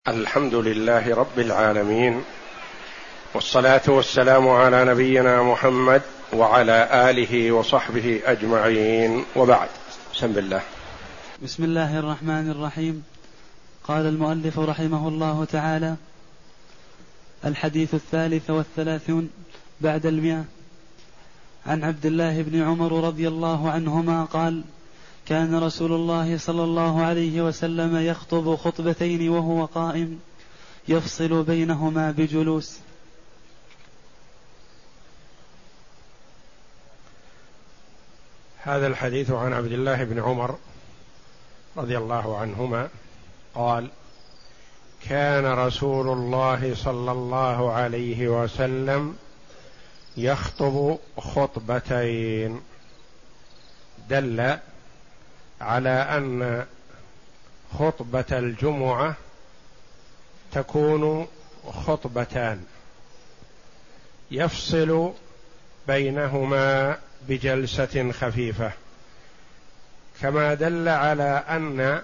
الحمد لله رب العالمين، والصلاة والسلام على نبينا محمد وعلى آله وصحبه أجمعين، وبعد. بسم الله. بسم الله الرحمن الرحيم. قال المؤلف رحمه الله تعالى: الحديث 33 بعد 100. عن عبد الله بن عمر رضي الله عنهما قال: كان رسول الله صلى الله عليه وسلم يخطب خطبتين وهو قائم يفصل بينهما بجلوس. هذا الحديث عن عبد الله بن عمر رضي الله عنهما قال: كان رسول الله صلى الله عليه وسلم يخطب خطبتين، دل على أن خطبة الجمعة تكون خطبتان يفصل بينهما بجلسة خفيفة، كما دل على أن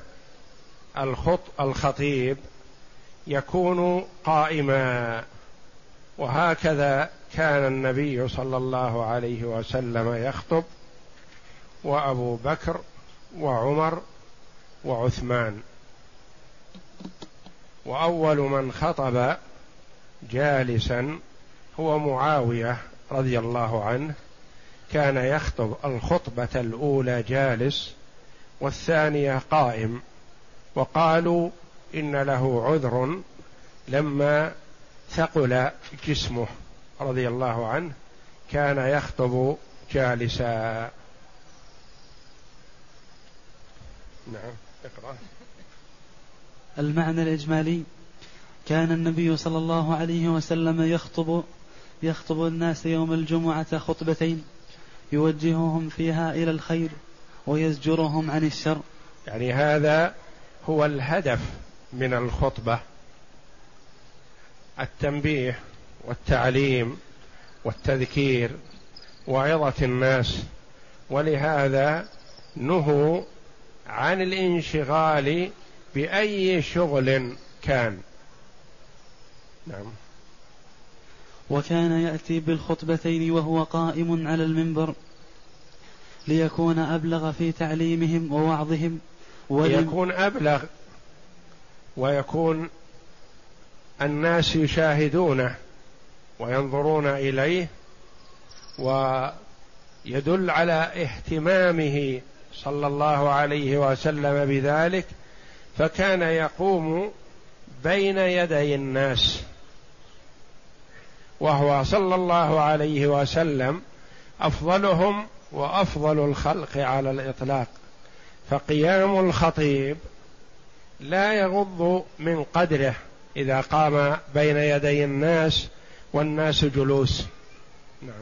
الخطيب يكون قائما، وهكذا كان النبي صلى الله عليه وسلم يخطب، وأبو بكر وعمر وعثمان. وأول من خطب جالسا هو معاوية رضي الله عنه، كان يخطب الخطبة الأولى جالس والثانية قائم، وقالوا إن له عذر لما ثقل جسمه رضي الله عنه، كان يخطب جالسا. نعم، اقرأ. المعنى الإجمالي: كان النبي صلى الله عليه وسلم يخطب الناس يوم الجمعة خطبتين يوجههم فيها إلى الخير ويزجرهم عن الشر. يعني هذا هو الهدف من الخطبة: التنبيه والتعليم والتذكير وعظة الناس، ولهذا نهوا عن الانشغال بأي شغل كان. نعم. وكان يأتي بالخطبتين وهو قائم على المنبر ليكون أبلغ في تعليمهم ووعظهم، ليكون أبلغ ويكون الناس يشاهدونه وينظرون إليه، ويدل على اهتمامه صلى الله عليه وسلم بذلك، فكان يقوم بين يدي الناس، وهو صلى الله عليه وسلم أفضلهم وأفضل الخلق على الإطلاق، فقيام الخطيب لا يغض من قدره إذا قام بين يدي الناس والناس جلوس. نعم.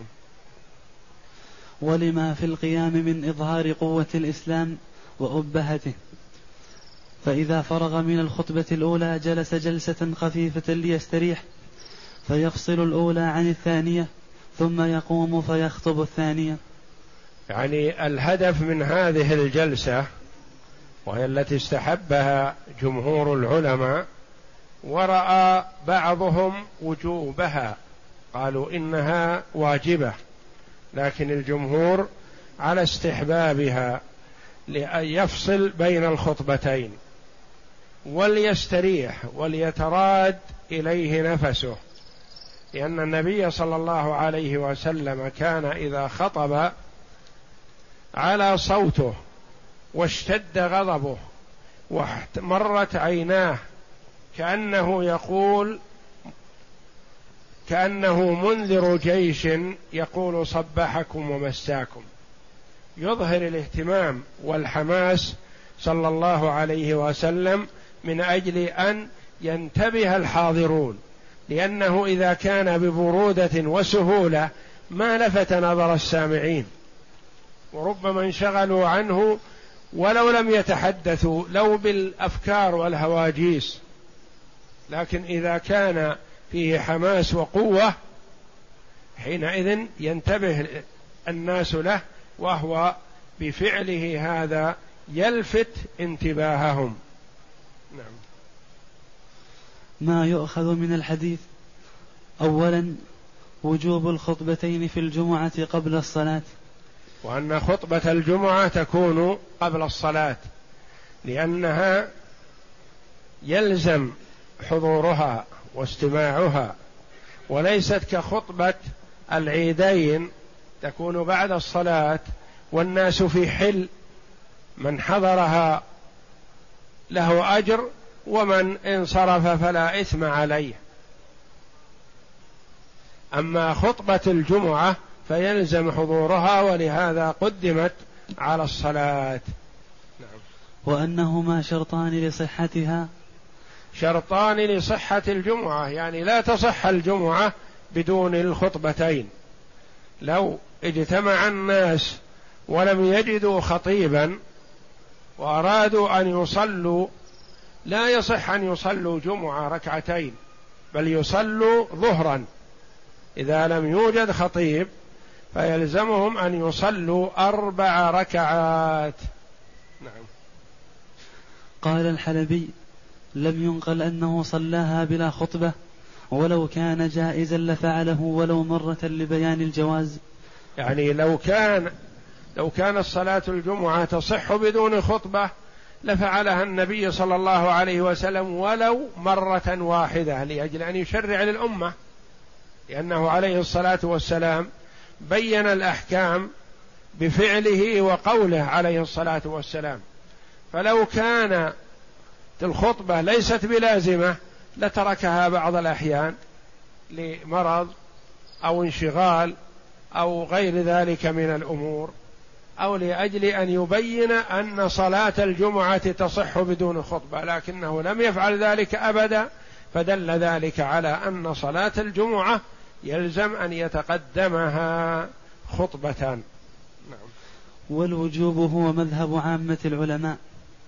ولما في القيام من إظهار قوة الإسلام وأبهته، فإذا فرغ من الخطبة الأولى جلس جلسة خفيفة ليستريح، فيفصل الأولى عن الثانية ثم يقوم فيخطب الثانية. يعني الهدف من هذه الجلسة، وهي التي استحبها جمهور العلماء، ورأى بعضهم وجوبها، قالوا إنها واجبة، لكن الجمهور على استحبابها، لأن يفصل بين الخطبتين وليستريح وليتراد إليه نفسه، لأن النبي صلى الله عليه وسلم كان إذا خطب على صوته واشتد غضبه واحمرت عيناه كأنه يقول، كأنه منذر جيش يقول صبحكم ومساكم، يظهر الاهتمام والحماس صلى الله عليه وسلم من أجل أن ينتبه الحاضرون، لأنه إذا كان ببرودة وسهولة ما لفت نظر السامعين، وربما انشغلوا عنه ولو لم يتحدثوا، لو بالأفكار والهواجيس، لكن إذا كان فيه حماس وقوة حينئذ ينتبه الناس له، وهو بفعله هذا يلفت انتباههم. نعم. ما يؤخذ من الحديث: أولا وجوب الخطبتين في الجمعة قبل الصلاة، وأن خطبة الجمعة تكون قبل الصلاة لأنها يلزم حضورها واستماعها، وليست كخطبة العيدين تكون بعد الصلاة والناس في حل، من حضرها له أجر ومن انصرف فلا إثم عليه. أما خطبة الجمعة فيلزم حضورها، ولهذا قدمت على الصلاة. نعم. وأنهما شرطان لصحتها، شرطان لصحة الجمعة، يعني لا تصح الجمعة بدون الخطبتين. لو اجتمع الناس ولم يجدوا خطيبا وأرادوا أن يصلوا، لا يصح أن يصلوا جمعة ركعتين، بل يصلوا ظهرا. إذا لم يوجد خطيب فيلزمهم أن يصلوا 4 ركعات. نعم. قال الحلبي: لم ينقل أنه صلاها بلا خطبة، ولو كان جائزا لفعله ولو مرة لبيان الجواز. يعني لو كان الصلاة الجمعة تصح بدون خطبة لفعلها النبي صلى الله عليه وسلم ولو مرة واحدة، لأجل أن يشرع للأمة، لأنه عليه الصلاة والسلام بين الأحكام بفعله وقوله عليه الصلاة والسلام. فلو كان الخطبة ليست بلازمة لتركها بعض الأحيان لمرض أو انشغال أو غير ذلك من الأمور، أو لأجل أن يبين أن صلاة الجمعة تصح بدون خطبة، لكنه لم يفعل ذلك أبدا، فدل ذلك على أن صلاة الجمعة يلزم أن يتقدمها خطبة. نعم. والوجوب هو مذهب عامة العلماء.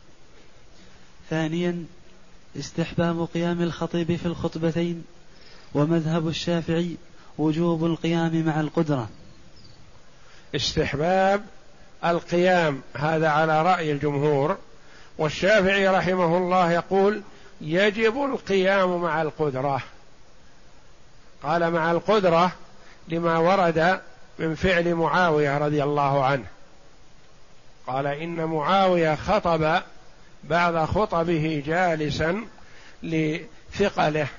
ثانيا استحباب قيام الخطيب في الخطبتين، ومذهب الشافعي وجوب القيام مع القدرة. استحباب القيام هذا على رأي الجمهور، والشافعي رحمه الله يقول يجب القيام مع القدرة. قال مع القدرة لما ورد من فعل معاوية رضي الله عنه، قال إن معاوية خطب بعض خطبه جالسا لثقله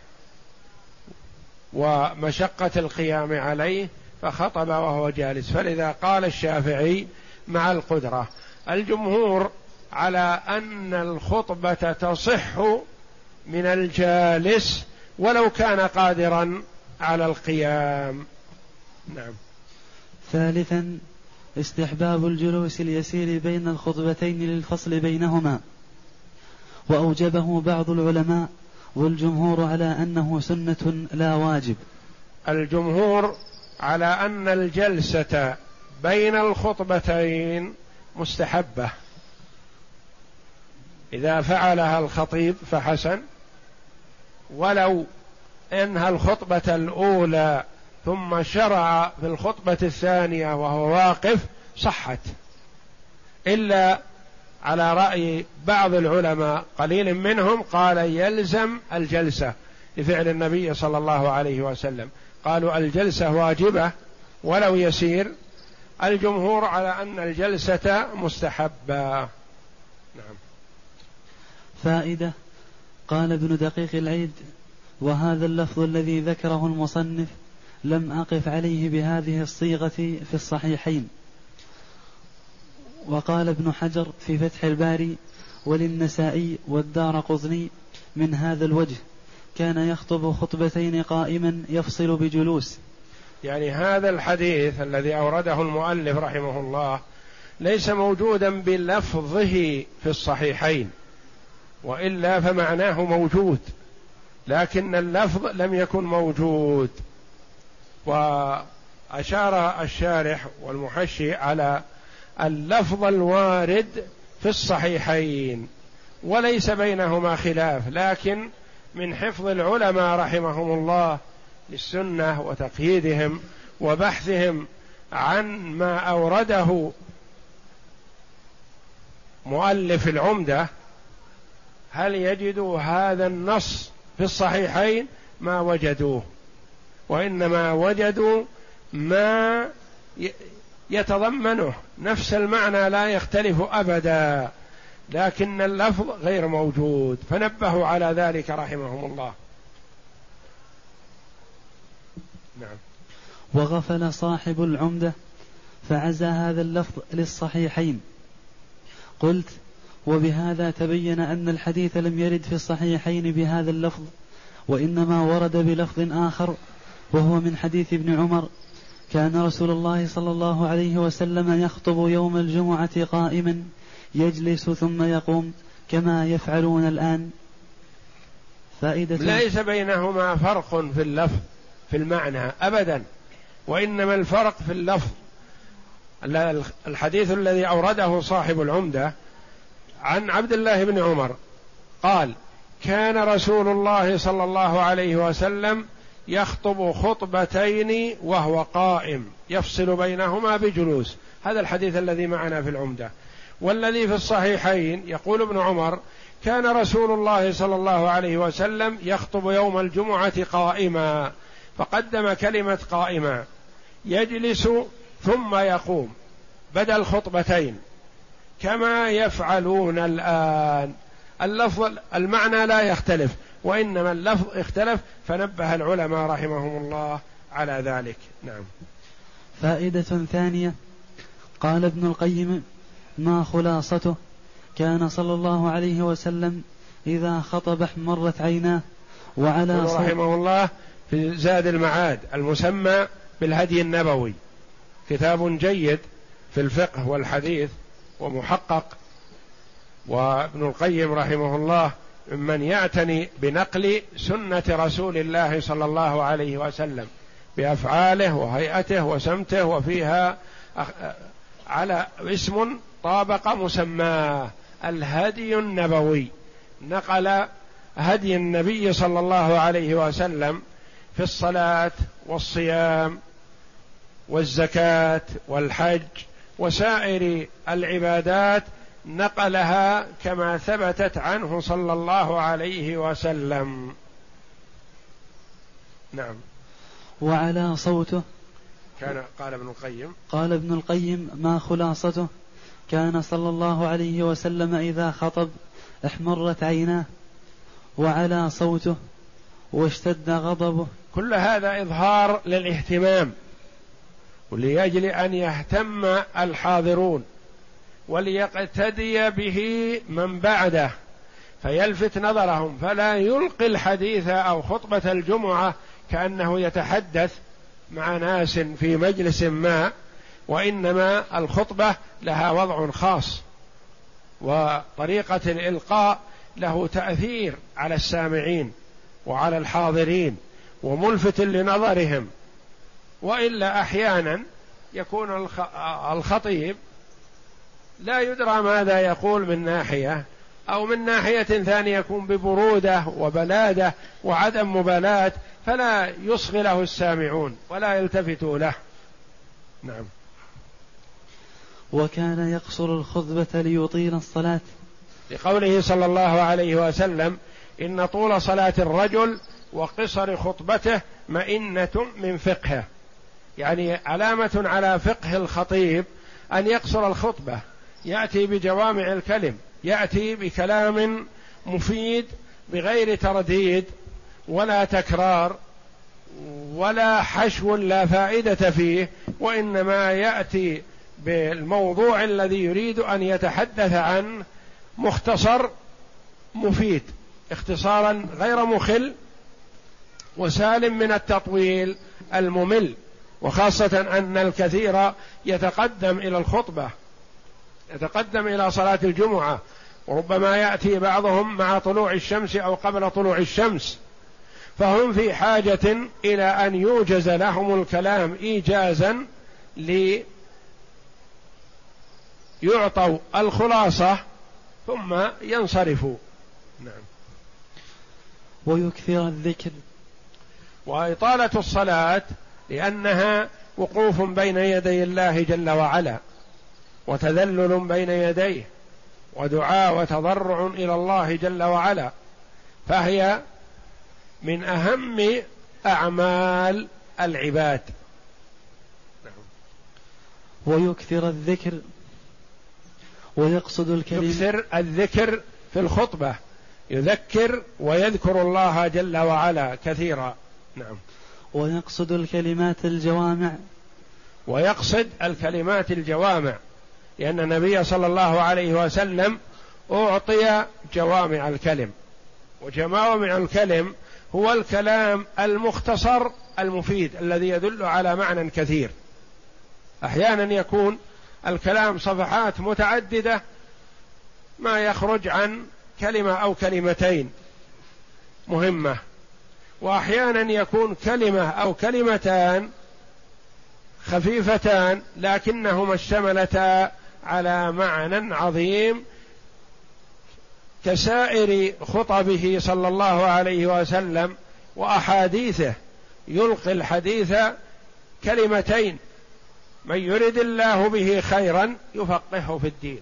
ومشقة القيام عليه، فخطب وهو جالس، فلذا قال الشافعي مع القدرة. الجمهور على أن الخطبة تصح من الجالس ولو كان قادرا على القيام. نعم. ثالثا استحباب الجلوس اليسير بين الخطبتين للفصل بينهما، وأوجبه بعض العلماء، والجمهور على أنه سنة لا واجب. الجمهور على أن الجلسة بين الخطبتين مستحبة، إذا فعلها الخطيب فحسن، ولو انهى الخطبة الأولى ثم شرع في الخطبة الثانية وهو واقف صحت، إلا على رأي بعض العلماء قليل منهم قال يلزم الجلسة لفعل النبي صلى الله عليه وسلم، قالوا الجلسة واجبة ولو يسير. الجمهور على أن الجلسة مستحبة. نعم. فائدة: قال ابن دقيق العيد: وهذا اللفظ الذي ذكره المصنف لم أقف عليه بهذه الصيغة في الصحيحين. وقال ابن حجر في فتح الباري: وللنسائي والدارقطني من هذا الوجه كان يخطب خطبتين قائما يفصل بجلوس. يعني هذا الحديث الذي أورده المؤلف رحمه الله ليس موجودا بلفظه في الصحيحين، وإلا فمعناه موجود، لكن اللفظ لم يكن موجود. وأشار الشارح والمحشي على اللفظ الوارد في الصحيحين وليس بينهما خلاف، لكن من حفظ العلماء رحمهم الله للسنة وتقييدهم وبحثهم عن ما أورده مؤلف العمدة، هل يجدوا هذا النص في الصحيحين ما وجدوه، وإنما وجدوا ما يتضمنه نفس المعنى لا يختلف أبدا، لكن اللفظ غير موجود، فنبهوا على ذلك رحمهم الله. نعم. وغفل صاحب العمدة فعزى هذا اللفظ للصحيحين. قلت: وبهذا تبين أن الحديث لم يرد في الصحيحين بهذا اللفظ، وإنما ورد بلفظ آخر، وهو من حديث ابن عمر: كان رسول الله صلى الله عليه وسلم يخطب يوم الجمعة قائما يجلس ثم يقوم كما يفعلون الآن. فائدة: ليس بينهما فرق في اللفظ في المعنى أبدا، وإنما الفرق في اللفظ. الحديث الذي أورده صاحب العمدة عن عبد الله بن عمر قال: كان رسول الله صلى الله عليه وسلم يخطب خطبتين وهو قائم يفصل بينهما بجلوس. هذا الحديث الذي معنا في العمدة. والذي في الصحيحين يقول ابن عمر: كان رسول الله صلى الله عليه وسلم يخطب يوم الجمعة قائما، فقدم كلمة قائما، يجلس ثم يقوم بدل خطبتين كما يفعلون الآن. اللفظ المعنى لا يختلف، وإنما اللفظ اختلف، فنبه العلماء رحمهم الله على ذلك. نعم. فائدة ثانية: قال ابن القيم: ما خلاصته؟ كان صلى الله عليه وسلم إذا خطب احمرت عيناه وعلى رحمه الله في زاد المعاد المسمى بالهدي النبوي، كتاب جيد في الفقه والحديث ومحقق، وابن القيم رحمه الله ممن يعتني بنقل سنة رسول الله صلى الله عليه وسلم بأفعاله وهيئته وسمته، وفيها على اسم طابق مسماه الهدي النبوي، نقل هدي النبي صلى الله عليه وسلم في الصلاة والصيام والزكاة والحج وسائر العبادات، نقلها كما ثبتت عنه صلى الله عليه وسلم. نعم. وعلى صوته كان قال ابن القيم: ما خلاصته؟ كان صلى الله عليه وسلم إذا خطب احمرت عيناه وعلى صوته واشتد غضبه. كل هذا إظهار للاهتمام، وليجل أن يهتم الحاضرون وليقتدي به من بعده فيلفت نظرهم، فلا يلقي الحديث أو خطبة الجمعة كأنه يتحدث مع ناس في مجلس ما، وإنما الخطبة لها وضع خاص، وطريقة الإلقاء له تأثير على السامعين وعلى الحاضرين وملفت لنظرهم. وإلا أحيانا يكون الخطيب لا يدرى ماذا يقول من ناحية، أو من ناحية ثانية يكون ببرودة وبلادة وعدم مبالاة، فلا يصغي له السامعون ولا يلتفتوا له. نعم. وكان يقصر الخطبة ليطيل الصلاة، لقوله صلى الله عليه وسلم: إن طول صلاة الرجل وقصر خطبته مئنة من فقهه، يعني علامة على فقه الخطيب أن يقصر الخطبة، يأتي بجوامع الكلم، يأتي بكلام مفيد بغير ترديد ولا تكرار ولا حشو لا فائدة فيه، وإنما يأتي بالموضوع الذي يريد أن يتحدث عنه مختصر مفيد، اختصارا غير مخل وسالم من التطويل الممل، وخاصة أن الكثير يتقدم إلى الخطبة، يتقدم إلى صلاة الجمعة، وربما يأتي بعضهم مع طلوع الشمس أو قبل طلوع الشمس، فهم في حاجة إلى أن يوجز لهم الكلام إيجازا ليعطوا الخلاصة ثم ينصرفوا. نعم. ويكثر الذكر. وإطالة الصلاة لأنها وقوف بين يدي الله جل وعلا، وتذلل بين يديه، ودعاء وتضرع إلى الله جل وعلا، فهي من أهم أعمال العباد. ويكثر الذكر ويقصد الكلمة. يكثر الذكر في الخطبة، يذكر ويذكر الله جل وعلا كثيرا. نعم. ويقصد الكلمات الجوامع. ويقصد الكلمات الجوامع، لأن النبي صلى الله عليه وسلم أعطي جوامع الكلم، وجوامع الكلم هو الكلام المختصر المفيد الذي يدل على معنى كثير. أحيانا يكون الكلام صفحات متعددة ما يخرج عن كلمة أو كلمتين مهمة، وأحيانا يكون كلمة أو كلمتان خفيفتان لكنهما اشتملتا على معنى عظيم، كسائر خطبه صلى الله عليه وسلم وأحاديثه، يلقي الحديث كلمتين: من يرد الله به خيرا يفقهه في الدين،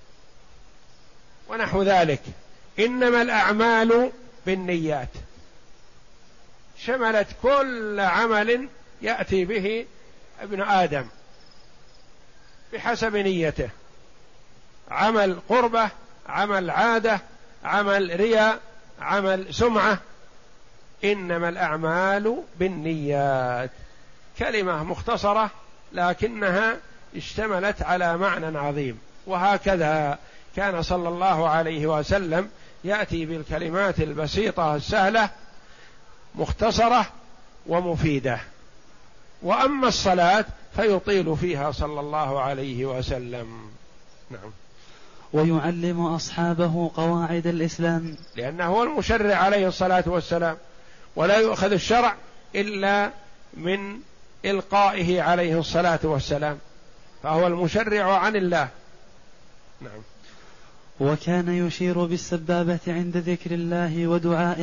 ونحو ذلك. إنما الأعمال بالنيات، شملت كل عمل يأتي به ابن آدم بحسب نيته، عمل قربة، عمل عادة، عمل رياء، عمل سمعة. إنما الأعمال بالنيات، كلمة مختصرة لكنها اشتملت على معنى عظيم. وهكذا كان صلى الله عليه وسلم يأتي بالكلمات البسيطة السهلة مختصرة ومفيدة. وأما الصلاة فيطيل فيها صلى الله عليه وسلم. نعم. ويعلم أصحابه قواعد الإسلام، لأنه هو المشرع عليه الصلاة والسلام، ولا يؤخذ الشرع إلا من إلقائه عليه الصلاة والسلام، فهو المشرع عن الله. نعم. وكان يشير بالسبابة عند ذكر الله ودعائه.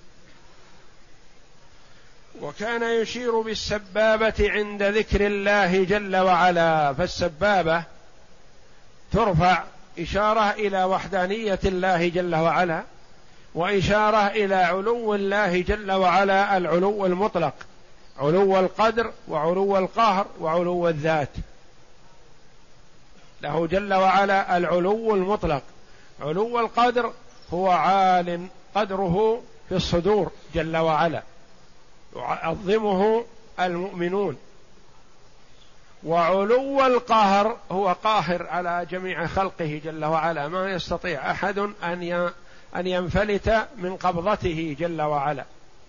وكان يشير بالسبابة عند ذكر الله جل وعلا، فالسبابة ترفع إشارة إلى وحدانية الله جل وعلا، وإشارة إلى علو الله جل وعلا، العلو المطلق، علو القدر وعلو القهر وعلو الذات. له جل وعلا العلو المطلق. علو القدر هو عال قدره في الصدور جل وعلا، يعظمه المؤمنون. وعلو القهر هو قاهر على جميع خلقه جل وعلا، ما يستطيع أحد أن ينفلت من قبضته جل وعلا.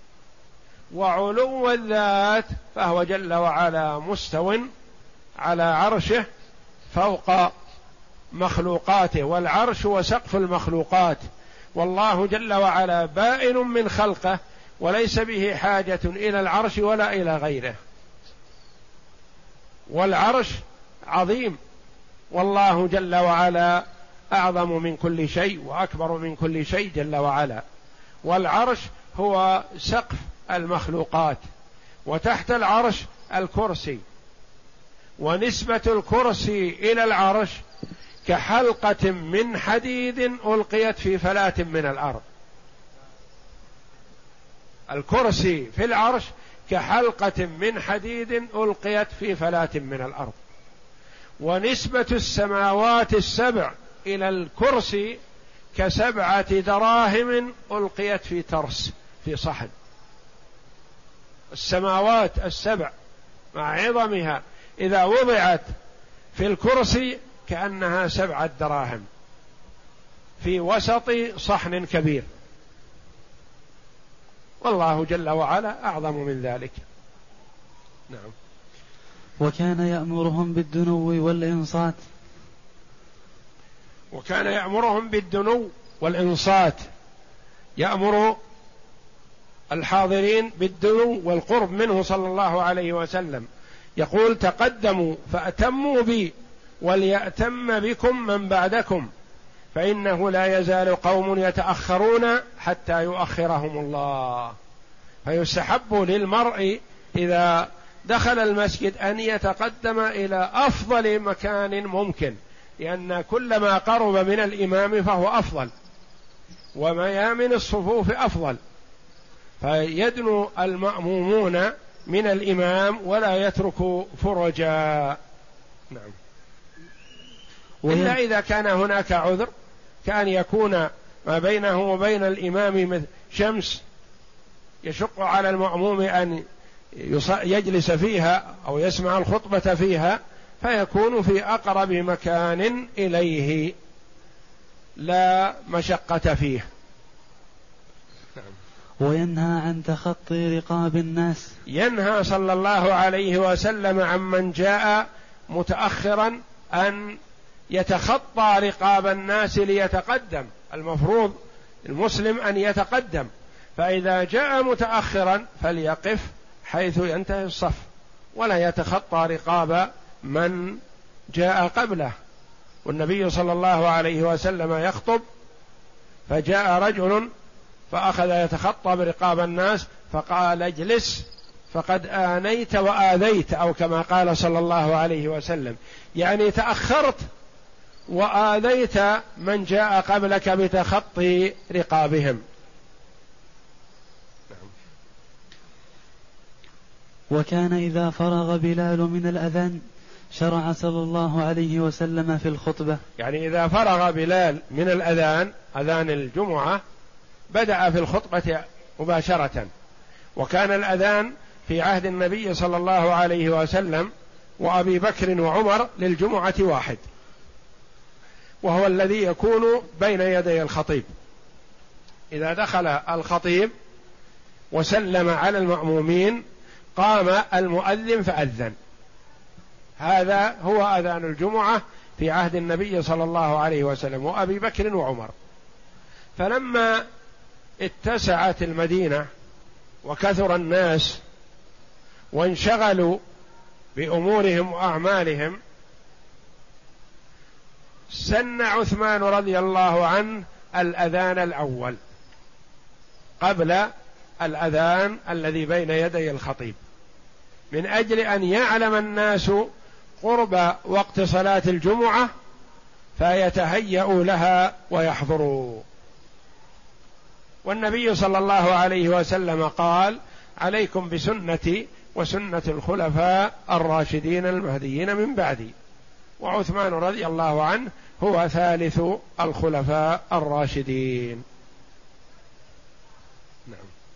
وعلو الذات فهو جل وعلا مستو على عرشه فوق مخلوقاته، والعرش وسقف المخلوقات، والله جل وعلا بائن من خلقه وليس به حاجة إلى العرش ولا إلى غيره. والعرش عظيم، والله جل وعلا أعظم من كل شيء وأكبر من كل شيء جل وعلا. والعرش هو سقف المخلوقات، وتحت العرش الكرسي، ونسبة الكرسي إلى العرش كحلقة من حديد ألقيت في فلاة من الأرض. الكرسي في العرش كحلقة من حديد ألقيت في فلاة من الأرض. ونسبة السماوات السبع إلى الكرسي ك7 دراهم ألقيت في ترس، في صحن. السماوات السبع مع عظمها إذا وضعت في الكرسي كأنها 7 دراهم في وسط صحن كبير، والله جل وعلا أعظم من ذلك. نعم. وكان يأمرهم بالدنو والإنصات. وكان يأمرهم بالدنو والإنصات، يأمر الحاضرين بالدنو والقرب منه صلى الله عليه وسلم، يقول: تقدموا فأتموا بي وليأتم بكم من بعدكم، فإنه لا يزال قوم يتأخرون حتى يؤخرهم الله. فيستحب للمرء إذا دخل المسجد أن يتقدم إلى أفضل مكان ممكن، لأن كلما قرب من الإمام فهو أفضل، وميامن الصفوف أفضل، فيدنو المأمومون من الإمام ولا يترك فرجا. نعم. إلا إذا كان هناك عذر، كأن يكون ما بينه وبين الإمام شمس يشق على المأموم أن يجلس فيها أو يسمع الخطبة فيها، فيكون في أقرب مكان إليه لا مشقة فيه. وينهى عن تخطي رقاب الناس. ينهى صلى الله عليه وسلم عمن جاء متأخرا أن يتخطى رقاب الناس ليتقدم. المفروض المسلم أن يتقدم، فإذا جاء متأخرا فليقف حيث ينتهي الصف ولا يتخطى رقاب من جاء قبله. والنبي صلى الله عليه وسلم يخطب، فجاء رجل فأخذ يتخطى برقاب الناس فقال اجلس فقد آنيت وآذيت، أو كما قال صلى الله عليه وسلم، يعني تأخرت وآذيت من جاء قبلك بتخطي رقابهم. وكان إذا فرغ بلال من الأذان شرع صلى الله عليه وسلم في الخطبة. يعني إذا فرغ بلال من الأذان، أذان الجمعة، بدأ في الخطبة مباشرة. وكان الأذان في عهد النبي صلى الله عليه وسلم وأبي بكر وعمر للجمعة واحد، وهو الذي يكون بين يدي الخطيب. إذا دخل الخطيب وسلم على المأمومين قام المؤذن فأذن. هذا هو أذان الجمعة في عهد النبي صلى الله عليه وسلم وأبي بكر وعمر. فلما اتسعت المدينة وكثر الناس وانشغلوا بأمورهم وأعمالهم، سن عثمان رضي الله عنه الأذان الأول قبل الأذان الذي بين يدي الخطيب، من أجل أن يعلم الناس قرب وقت صلاة الجمعة فيتهيأوا لها ويحضروا. والنبي صلى الله عليه وسلم قال: عليكم بسنتي وسنة الخلفاء الراشدين المهديين من بعدي. وعثمان رضي الله عنه هو ثالث الخلفاء الراشدين. نعم.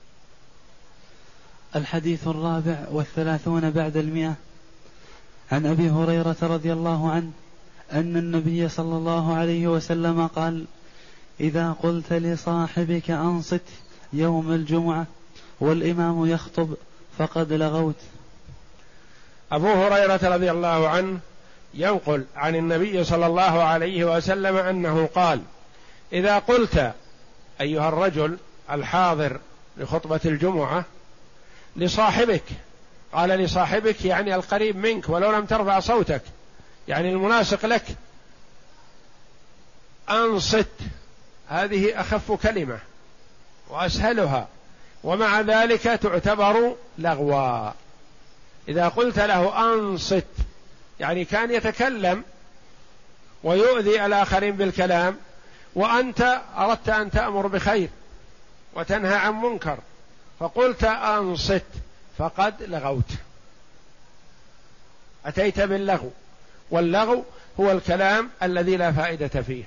الحديث 34 بعد 100. عن أبي هريرة رضي الله عنه أن النبي صلى الله عليه وسلم قال: إذا قلت لصاحبك أنصت يوم الجمعة والإمام يخطب فقد لغوت. أبو هريرة رضي الله عنه ينقل عن النبي صلى الله عليه وسلم أنه قال: إذا قلت أيها الرجل الحاضر لخطبة الجمعة لصاحبك، قال لصاحبك يعني القريب منك ولو لم ترفع صوتك، يعني الملاصق لك، أنصت، هذه أخف كلمة وأسهلها، ومع ذلك تعتبر لغوا. إذا قلت له أنصت يعني كان يتكلم ويؤذي الآخرين بالكلام، وأنت أردت أن تأمر بخير وتنهى عن منكر فقلت أنصت فقد لغوت، أتيت باللغو. واللغو هو الكلام الذي لا فائدة فيه،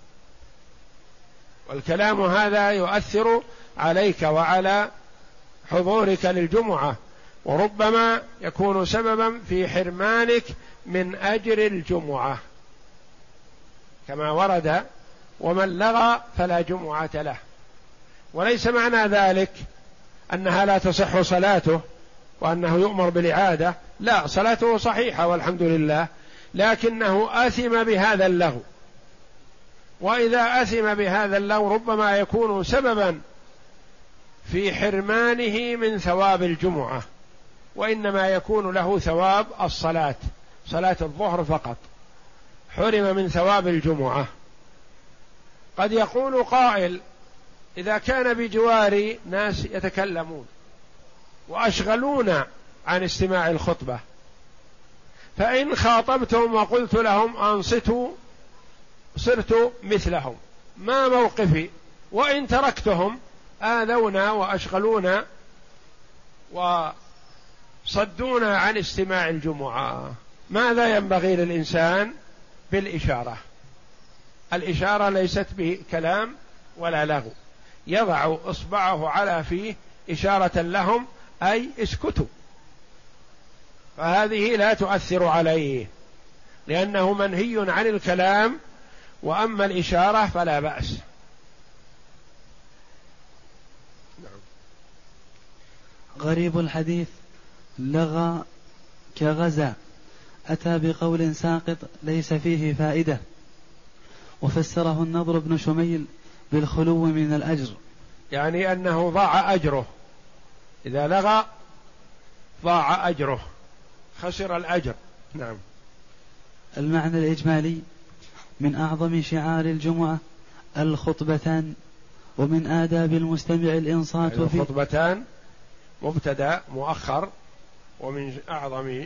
والكلام هذا يؤثر عليك وعلى حضورك للجمعة، وربما يكون سببا في حرمانك من أجر الجمعة، كما ورد: ومن لغى فلا جمعة له. وليس معنى ذلك أنها لا تصح صلاته وأنه يؤمر بالإعادة، لا، صلاته صحيحة والحمد لله، لكنه آثم بهذا اللغو. وإذا آثم بهذا اللغو ربما يكون سببا في حرمانه من ثواب الجمعة، وإنما يكون له ثواب الصلاة، صلاة الظهر فقط، حرم من ثواب الجمعة. قد يقول قائل: إذا كان بجواري ناس يتكلمون وأشغلونا عن استماع الخطبة، فإن خاطبتهم وقلت لهم أنصتوا صرت مثلهم، ما موقفي؟ وإن تركتهم آذونا وأشغلونا وصدونا عن استماع الجمعة، ماذا ينبغي للإنسان؟ بالإشارة. الإشارة ليست بكلام ولا لغو، يضع إصبعه على فيه إشارة لهم أي اسكتوا، فهذه لا تؤثر عليه لأنه منهي عن الكلام، وأما الإشارة فلا بأس. غريب الحديث لغى كغزا أتى بقول ساقط ليس فيه فائدة، وفسره النضر بن شميل بالخلو من الأجر، يعني أنه ضاع أجره، إذا لغى ضاع أجره، خسر الأجر. نعم. المعنى الإجمالي: من أعظم شعار الجمعة الخطبتان، ومن آداب المستمع الإنصات يعني في الخطبتان مبتدأ مؤخر، ومن أعظم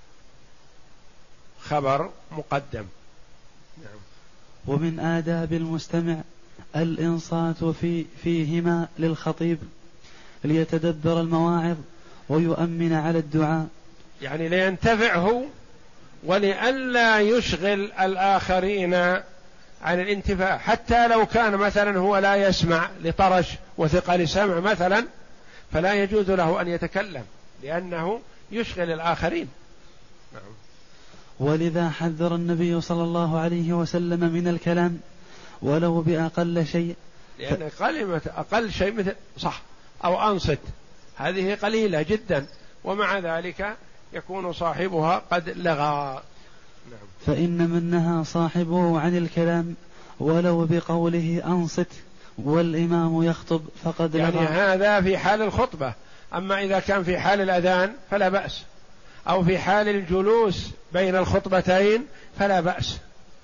خبر مقدم. نعم. ومن آداب المستمع الإنصات فيهما للخطيب ليتدبر المواعظ ويؤمن على الدعاء، يعني لينتفع هو ولئلا يشغل الآخرين عن الانتفاع، حتى لو كان مثلا هو لا يسمع لطرش وثقل سمع مثلا، فلا يجوز له أن يتكلم لأنه يشغل الآخرين. نعم. ولذا حذر النبي صلى الله عليه وسلم من الكلام ولو بأقل شيء، لأن كلمة أقل شيء مثل صح أو أنصت هذه قليلة جدا، ومع ذلك يكون صاحبها قد لغى. نعم. فإن من نهى صاحبه عن الكلام ولو بقوله أنصت والإمام يخطب فقد لغى. يعني هذا في حال الخطبة، أما إذا كان في حال الأذان فلا بأس، أو في حال الجلوس بين الخطبتين فلا بأس.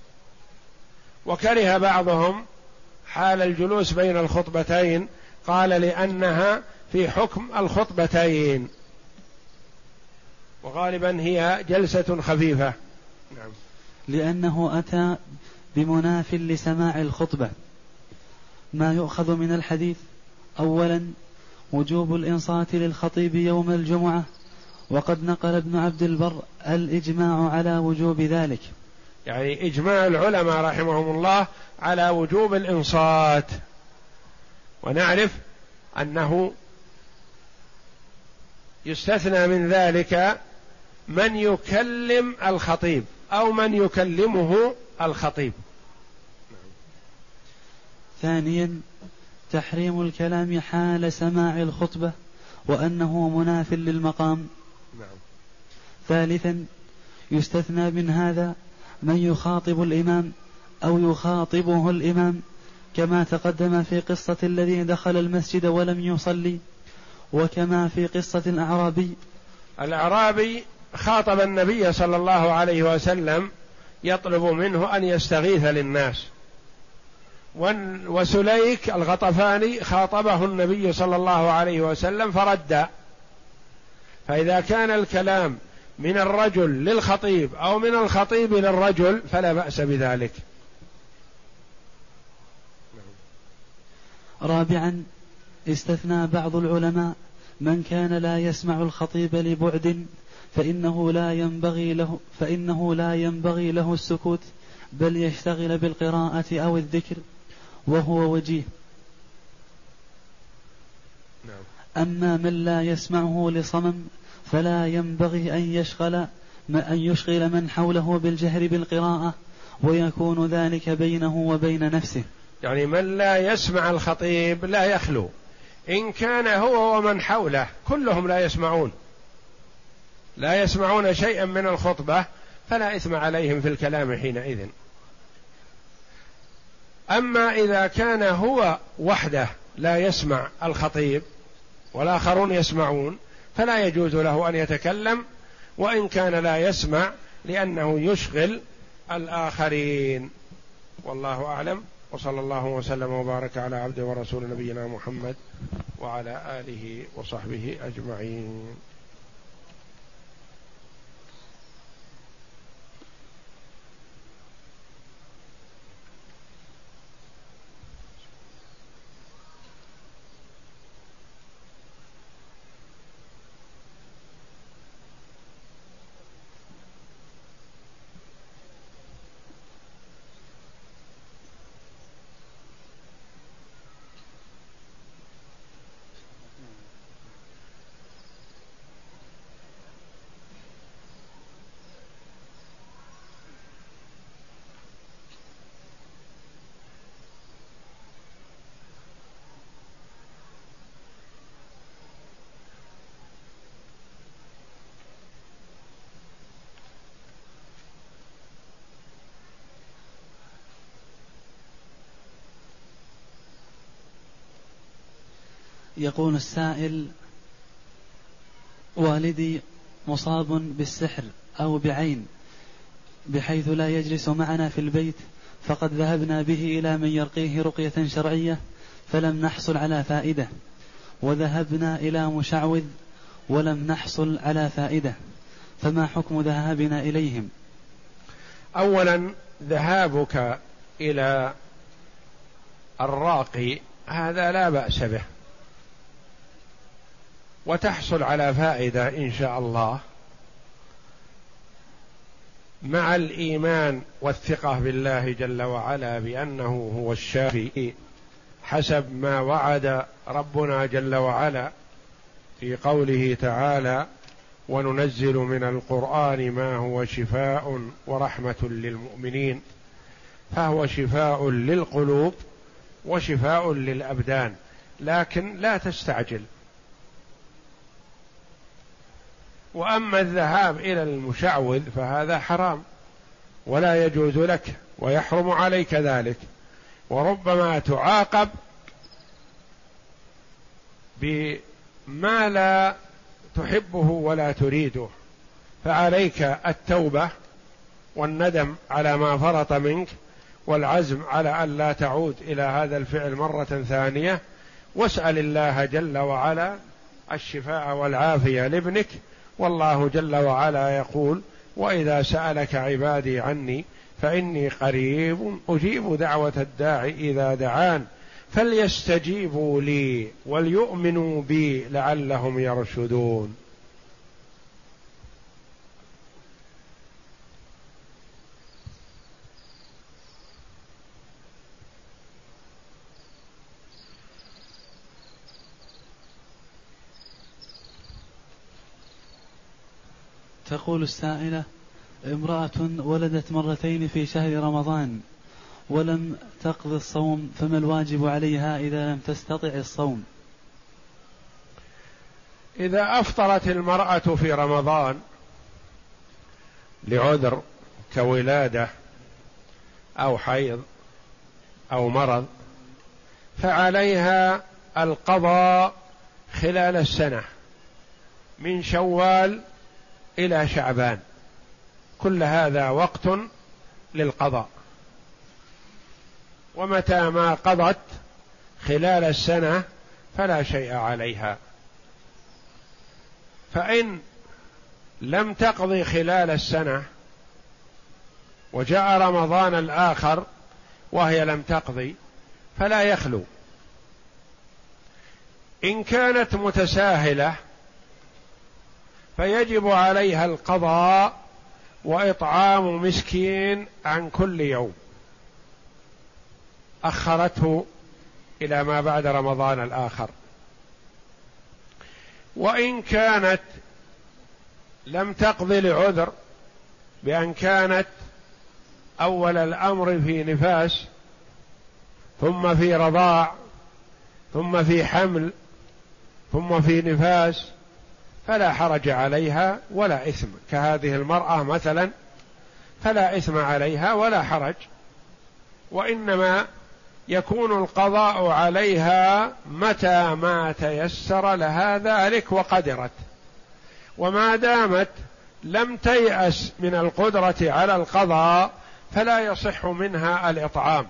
وكره بعضهم حال الجلوس بين الخطبتين، قال لأنها في حكم الخطبتين، وغالبا هي جلسة خفيفة. نعم. لأنه أتى بمناف لسماع الخطبة. ما يؤخذ من الحديث: أولا وجوب الإنصات للخطيب يوم الجمعة، وقد نقل ابن عبد البر الإجماع على وجوب ذلك، يعني إجماع العلماء رحمهم الله على وجوب الإنصات. ونعرف أنه يستثنى من ذلك من يكلم الخطيب أو من يكلمه الخطيب. ثانيا تحريم الكلام حال سماع الخطبة وأنه مناف للمقام. نعم. ثالثا يستثنى من هذا من يخاطب الإمام أو يخاطبه الإمام، كما تقدم في قصة الذي دخل المسجد ولم يصلي، وكما في قصة الأعرابي خاطب النبي صلى الله عليه وسلم يطلب منه أن يستغيث للناس، وسليك الغطفاني خاطبه النبي صلى الله عليه وسلم فرد. فإذا كان الكلام من الرجل للخطيب أو من الخطيب للرجل فلا بأس بذلك. رابعا استثنى بعض العلماء من كان لا يسمع الخطيب لبعد فإنه لا ينبغي له السكوت، بل يشتغل بالقراءة أو الذكر، وهو وجيه. أما من لا يسمعه لصمم فلا ينبغي أن يشغل من حوله بالجهر بالقراءة، ويكون ذلك بينه وبين نفسه. يعني من لا يسمع الخطيب لا يخلو، إن كان هو ومن حوله كلهم لا يسمعون شيئا من الخطبة فلا إثم عليهم في الكلام حينئذ. أما إذا كان هو وحده لا يسمع الخطيب والآخرون يسمعون فلا يجوز له أن يتكلم، وإن كان لا يسمع، لأنه يشغل الآخرين. والله أعلم، وصلى الله وسلم وبارك على عبده ورسول نبينا محمد وعلى آله وصحبه أجمعين. يقول السائل: والدي مصاب بالسحر أو بعين بحيث لا يجلس معنا في البيت، فقد ذهبنا به إلى من يرقيه رقية شرعية فلم نحصل على فائدة، وذهبنا إلى مشعوذ ولم نحصل على فائدة، فما حكم ذهابنا إليهم؟ أولا، ذهابك إلى الراقي هذا لا بأس به، وتحصل على فائدة إن شاء الله مع الإيمان والثقة بالله جل وعلا بأنه هو الشافي حسب ما وعد ربنا جل وعلا في قوله تعالى: وننزل من القرآن ما هو شفاء ورحمة للمؤمنين، فهو شفاء للقلوب وشفاء للأبدان، لكن لا تستعجل. وأما الذهاب إلى المشعوذ فهذا حرام ولا يجوز لك ويحرم عليك ذلك، وربما تعاقب بما لا تحبه ولا تريده، فعليك التوبة والندم على ما فرط منك والعزم على أن لا تعود إلى هذا الفعل مرة ثانية، واسأل الله جل وعلا الشفاء والعافية لابنك. والله جل وعلا يقول: وإذا سألك عبادي عني فإني قريب أجيب دعوة الداعي إذا دعان فليستجيبوا لي وليؤمنوا بي لعلهم يرشدون. تقول السائلة: امرأة ولدت مرتين في شهر رمضان ولم تقضي الصوم، فما الواجب عليها إذا لم تستطع الصوم؟ إذا أفطرت المرأة في رمضان لعذر كولادة أو حيض أو مرض فعليها القضاء خلال السنة من شوال إلى شعبان، كل هذا وقت للقضاء. ومتى ما قضت خلال السنة فلا شيء عليها. فإن لم تقضي خلال السنة وجاء رمضان الآخر وهي لم تقضي فلا يخلو. إن كانت متساهلة فيجب عليها القضاء وإطعام مسكين عن كل يوم أخرته إلى ما بعد رمضان الآخر. وإن كانت لم تقضي لعذر، بأن كانت أول الأمر في نفاس ثم في رضاع ثم في حمل ثم في نفاس، فلا حرج عليها ولا إثم، كهذه المرأة مثلا فلا إثم عليها ولا حرج، وإنما يكون القضاء عليها متى ما تيسر لها ذلك وقدرت. وما دامت لم تيأس من القدرة على القضاء فلا يصح منها الإطعام،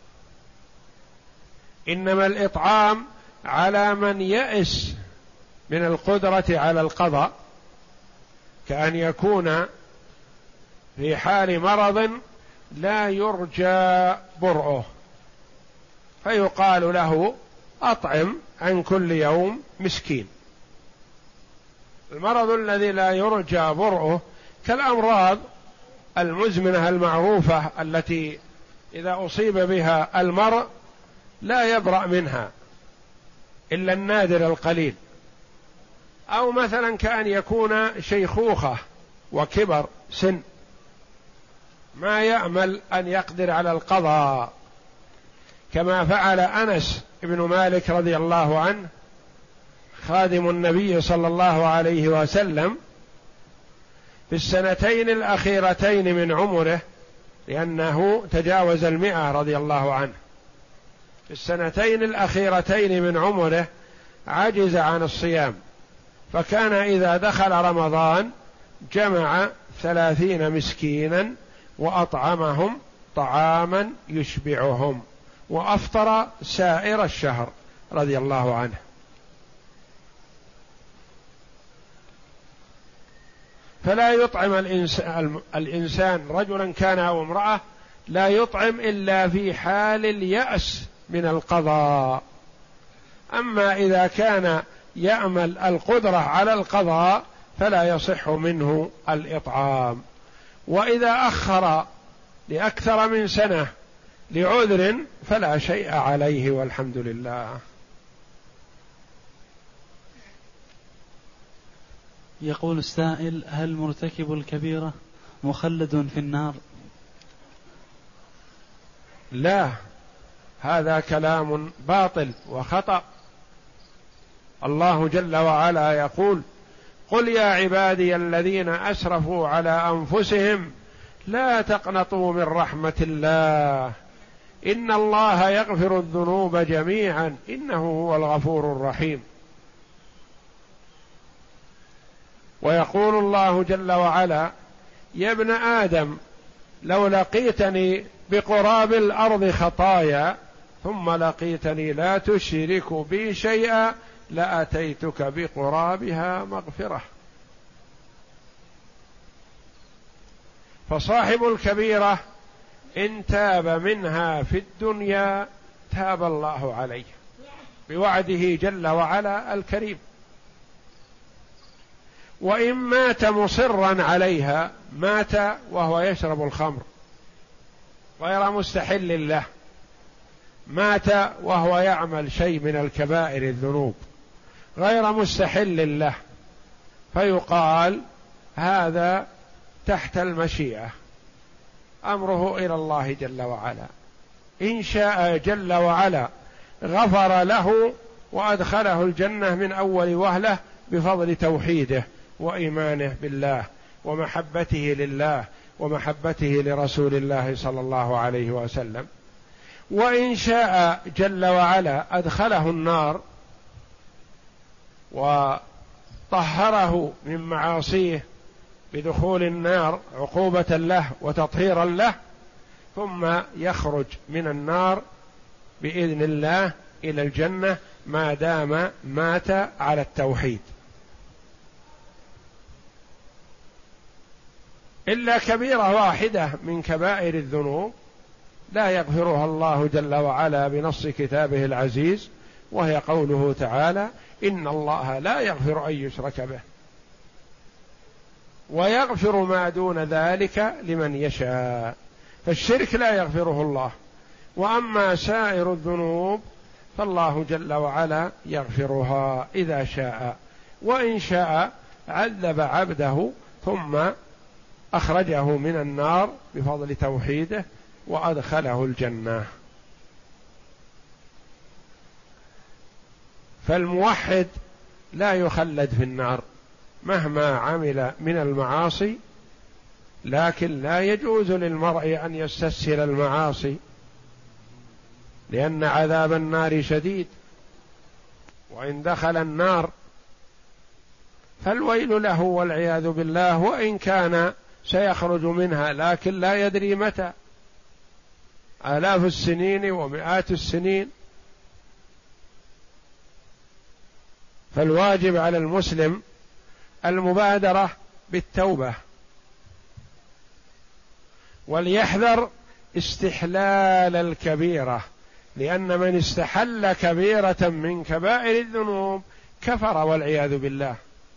إنما الإطعام على من يئس من القدرة على القضاء، كأن يكون في حال مرض لا يرجى برؤه فيقال له أطعم عن كل يوم مسكين. المرض الذي لا يرجى برؤه كالأمراض المزمنة المعروفة التي إذا أصيب بها المرء لا يبرأ منها إلا النادر القليل، أو مثلا كأن يكون شيخوخة وكبر سن ما يأمل أن يقدر على القضاء، كما فعل أنس بن مالك رضي الله عنه خادم النبي صلى الله عليه وسلم في السنتين الأخيرتين من عمره، لأنه تجاوز 100 رضي الله عنه. في السنتين الأخيرتين من عمره عجز عن الصيام، فكان إذا دخل رمضان جمع 30 مسكينا وأطعمهم طعاما يشبعهم وأفطر سائر الشهر رضي الله عنه. فلا يطعم الإنسان رجلا كان أو امرأة، لا يطعم إلا في حال اليأس من القضاء. أما إذا كان يأمل القدرة على القضاء فلا يصح منه الإطعام. وإذا أخر لأكثر من سنة لعذر فلا شيء عليه والحمد لله. يقول السائل: هل مرتكب الكبيرة مخلد في النار؟ لا، هذا كلام باطل وخطأ. الله جل وعلا يقول: قل يا عبادي الذين أسرفوا على أنفسهم لا تقنطوا من رحمة الله إن الله يغفر الذنوب جميعا إنه هو الغفور الرحيم. ويقول الله جل وعلا: يا ابن آدم لو لقيتني بقراب الأرض خطايا ثم لقيتني لا تشرك بي شيئا لأتيتك بقرابها مغفرة. فصاحب الكبيرة إن تاب منها في الدنيا تاب الله عليه بوعده جل وعلا الكريم، وإن مات مصرا عليها مات وهو يشرب الخمر غير مستحل له، مات وهو يعمل شيء من الكبائر الذنوب غير مستحل له، فيقال هذا تحت المشيئة، أمره إلى الله جل وعلا. إن شاء جل وعلا غفر له وأدخله الجنة من أول وهلة بفضل توحيده وإيمانه بالله ومحبته لله ومحبته لرسول الله صلى الله عليه وسلم. وإن شاء جل وعلا أدخله النار وطهره من معاصيه بدخول النار عقوبة له وتطهيرا له، ثم يخرج من النار بإذن الله إلى الجنة ما دام مات على التوحيد. إلا كبيرة واحدة من كبائر الذنوب لا يغفرها الله جل وعلا بنص كتابه العزيز، وهي قوله تعالى: إن الله لا يغفر أن يشرك به ويغفر ما دون ذلك لمن يشاء. فالشرك لا يغفره الله، وأما سائر الذنوب فالله جل وعلا يغفرها إذا شاء، وإن شاء عذب عبده ثم أخرجه من النار بفضل توحيده وأدخله الجنة. فالموحد لا يخلد في النار مهما عمل من المعاصي، لكن لا يجوز للمرء أن يستسهل المعاصي، لأن عذاب النار شديد، وإن دخل النار فالويل له والعياذ بالله، وإن كان سيخرج منها لكن لا يدري متى، آلاف السنين ومئات السنين. فالواجب على المسلم المبادرة بالتوبة، وليحذر استحلال الكبيرة، لأن من استحل كبيرة من كبائر الذنوب كفر والعياذ بالله،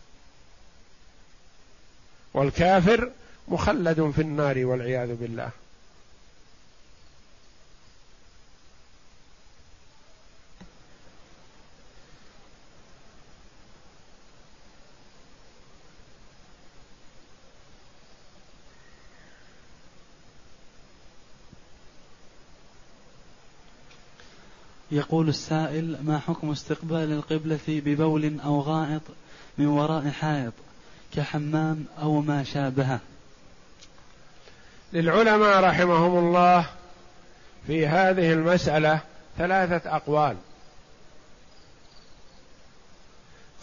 والكافر مخلد في النار والعياذ بالله. يقول السائل: ما حكم استقبال القبلة ببول أو غائط من وراء حائط كحمام أو ما شابهه؟ للعلماء رحمهم الله في هذه المسألة 3 أقوال.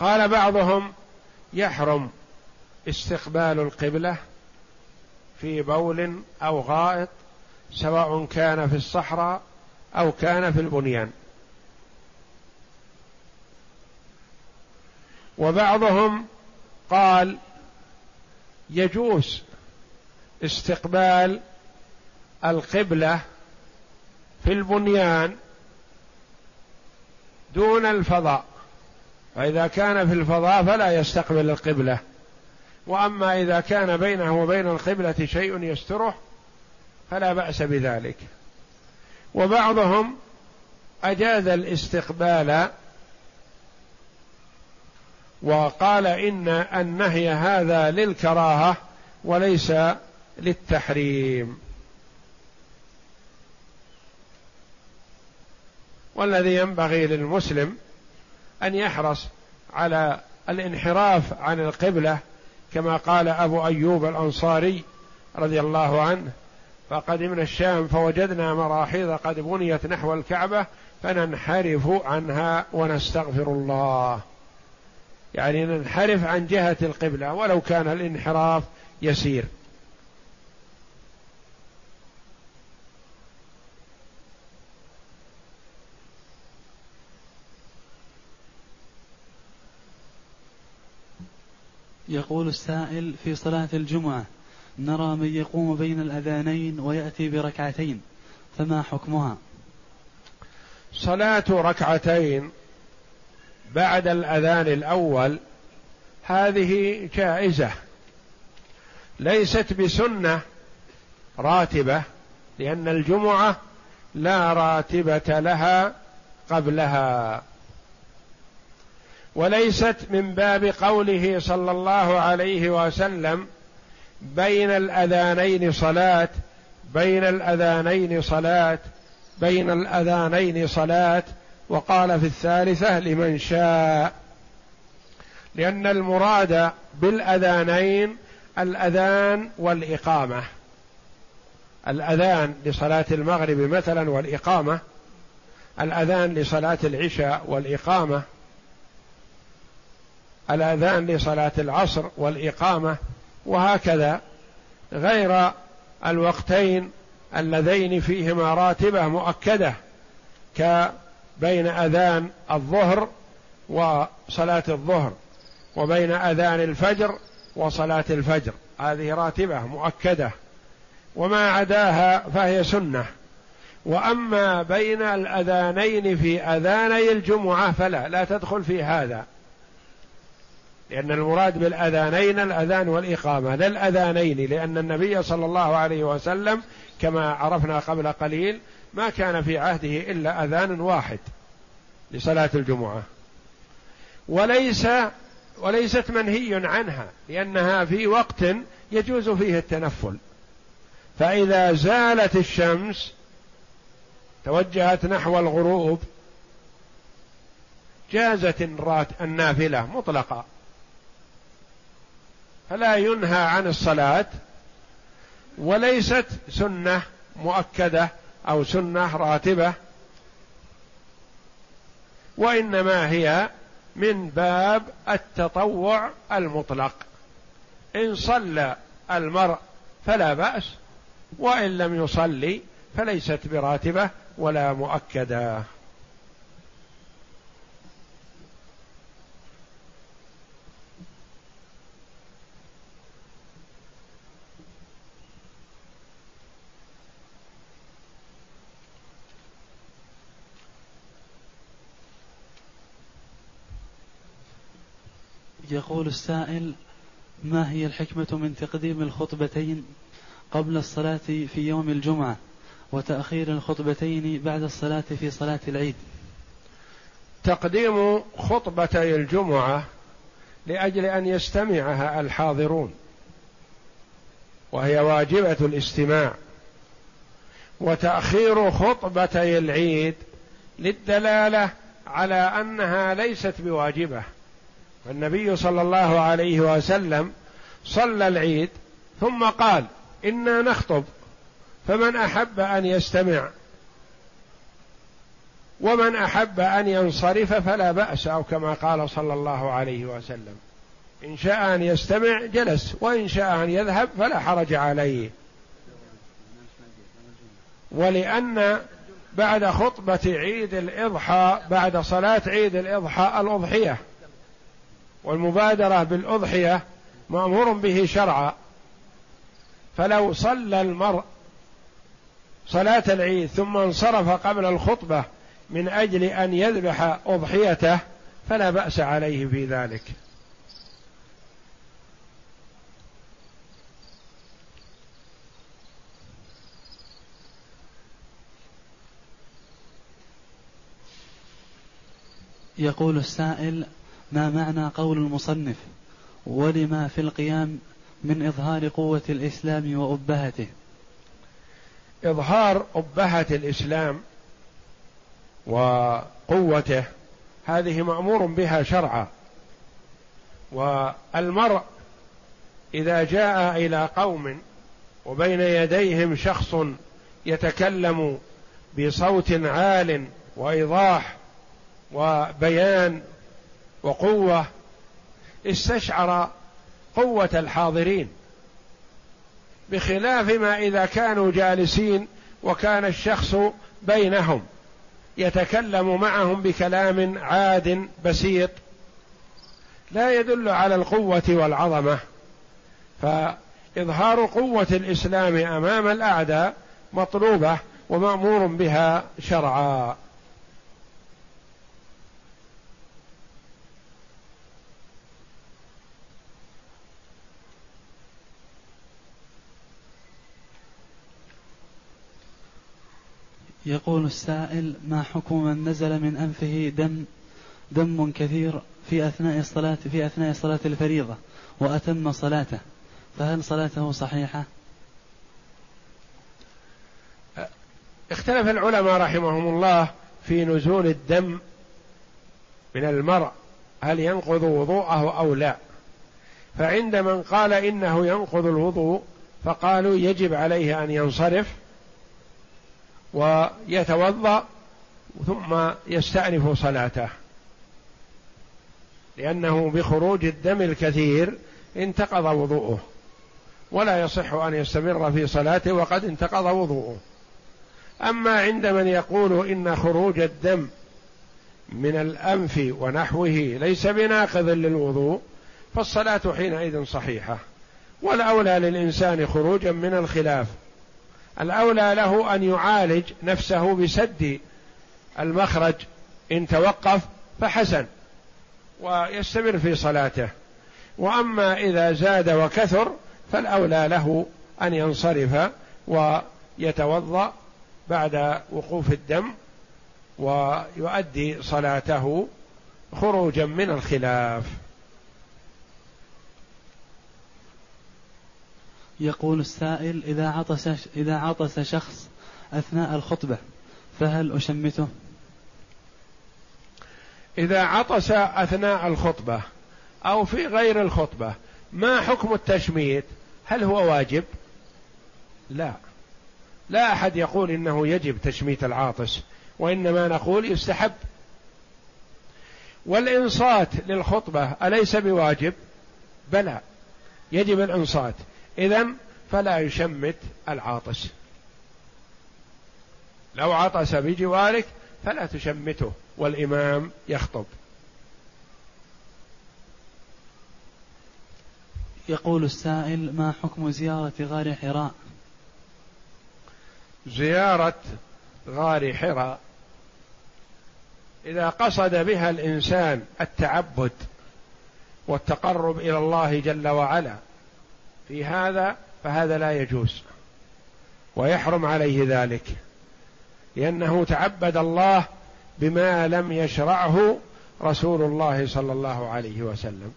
قال بعضهم يحرم استقبال القبلة في بول أو غائط، سواء كان في الصحراء أو كان في البنيان. وبعضهم قال يجوز استقبال القبلة في البنيان دون الفضاء، فإذا كان في الفضاء فلا يستقبل القبلة، وأما إذا كان بينه وبين القبلة شيء يستره فلا بأس بذلك. وبعضهم أجاز الاستقبال وقال إن النهي هذا للكراهة وليس للتحريم. والذي ينبغي للمسلم أن يحرص على الانحراف عن القبلة، كما قال أبو أيوب الأنصاري رضي الله عنه: فقدمنا الشام فوجدنا مراحيض قد بنيت نحو الكعبة فننحرف عنها ونستغفر الله، يعني ننحرف عن جهة القبلة ولو كان الانحراف يسير. يقول السائل: في صلاة الجمعة نرى من يقوم بين الأذانين ويأتي بركعتين، فما حكمها؟ صلاة ركعتين بعد الأذان الأول هذه جائزة، ليست بسنة راتبة، لأن الجمعة لا راتبة لها قبلها، وليست من باب قوله صلى الله عليه وسلم: بين الأذانين صلاة، بين الأذانين صلاة، بين الأذانين صلاة، وقال في الثالثة لمن شاء، لأن المراد بالأذانين الأذان والإقامة، الأذان لصلاة المغرب مثلا والإقامة، الأذان لصلاة العشاء والإقامة، الأذان لصلاة العصر والإقامة، وهكذا، غير الوقتين اللذين فيهما راتبة مؤكدة كبين أذان الظهر وصلاة الظهر، وبين أذان الفجر وصلاة الفجر، هذه راتبة مؤكدة، وما عداها فهي سنة. وأما بين الأذانين في أذاني الجمعة لا تدخل في هذا، لأن المراد بالأذانين الأذان والإقامة، لا الأذانين، لأن النبي صلى الله عليه وسلم كما عرفنا قبل قليل ما كان في عهده إلا أذان واحد لصلاة الجمعة، وليست منهي عنها، لأنها في وقت يجوز فيه التنفل، فإذا زالت الشمس توجهت نحو الغروب جازت النافلة مطلقة، فلا ينهى عن الصلاة، وليست سنة مؤكدة أو سنة راتبة، وإنما هي من باب التطوع المطلق، إن صلى المرء فلا بأس، وإن لم يصلي فليست براتبة ولا مؤكدة. يقول السائل: ما هي الحكمة من تقديم الخطبتين قبل الصلاة في يوم الجمعة وتأخير الخطبتين بعد الصلاة في صلاة العيد؟ تقديم خطبتي الجمعة لأجل أن يستمعها الحاضرون، وهي واجبة الاستماع، وتأخير خطبتي العيد للدلالة على أنها ليست بواجبة، والنبي صلى الله عليه وسلم صلى العيد ثم قال: إنا نخطب، فمن أحب أن يستمع ومن أحب أن ينصرف فلا بأس، أو كما قال صلى الله عليه وسلم: إن شاء أن يستمع جلس، وإن شاء أن يذهب فلا حرج عليه. ولأن بعد خطبة عيد الإضحى، بعد صلاة عيد الإضحى، الأضحية، والمبادرة بالأضحية مأمور به شرعا، فلو صلى المرء صلاة العيد ثم انصرف قبل الخطبة من أجل أن يذبح أضحيته فلا بأس عليه في ذلك. يقول السائل: ما معنى قول المصنف: ولما في القيام من إظهار قوة الإسلام وأبهته؟ إظهار أبهة الإسلام وقوته هذه مأمور بها شرعا. والمرء إذا جاء إلى قوم وبين يديهم شخص يتكلم بصوت عال وإيضاح وبيان وقوة، استشعر قوة الحاضرين، بخلاف ما إذا كانوا جالسين وكان الشخص بينهم يتكلم معهم بكلام عاد بسيط لا يدل على القوة والعظمة. فإظهار قوة الإسلام أمام الأعداء مطلوبة ومأمور بها شرعا. يقول السائل: ما حكم من نزل من أنفه دم كثير في أثناء صلاة الفريضة وأتم صلاته، فهل صلاته صحيحة؟ اختلف العلماء رحمهم الله في نزول الدم من المرء، هل ينقض وضوءه أو لا؟ فعند من قال إنه ينقض الوضوء فقالوا يجب عليه أن ينصرف ويتوضأ ثم يستأنف صلاته، لأنه بخروج الدم الكثير انتقض وضوءه، ولا يصح أن يستمر في صلاته وقد انتقض وضوءه. أما عند من يقول إن خروج الدم من الأنف ونحوه ليس بناقض للوضوء فالصلاة حينئذ صحيحة. والأولى للإنسان خروجا من الخلاف، الأولى له أن يعالج نفسه بسد المخرج، إن توقف فحسن ويستمر في صلاته. وأما إذا زاد وكثر فالأولى له أن ينصرف ويتوضأ بعد وقوف الدم ويؤدي صلاته خروجا من الخلاف. يقول السائل: إذا عطس شخص أثناء الخطبة فهل أشمته؟ إذا عطس أثناء الخطبة أو في غير الخطبة ما حكم التشميت؟ هل هو واجب؟ لا أحد يقول إنه يجب تشميت العاطس، وإنما نقول يستحب. والإنصات للخطبة أليس بواجب؟ بلى، يجب الإنصات، إذن فلا يشمت العاطس. لو عطس بجوارك فلا تشمته والإمام يخطب. يقول السائل: ما حكم زيارة غار حراء؟ زيارة غار حراء إذا قصد بها الإنسان التعبد والتقرب إلى الله جل وعلا في هذا فهذا لا يجوز ويحرم عليه ذلك، لأنه تعبد الله بما لم يشرعه رسول الله صلى الله عليه وسلم.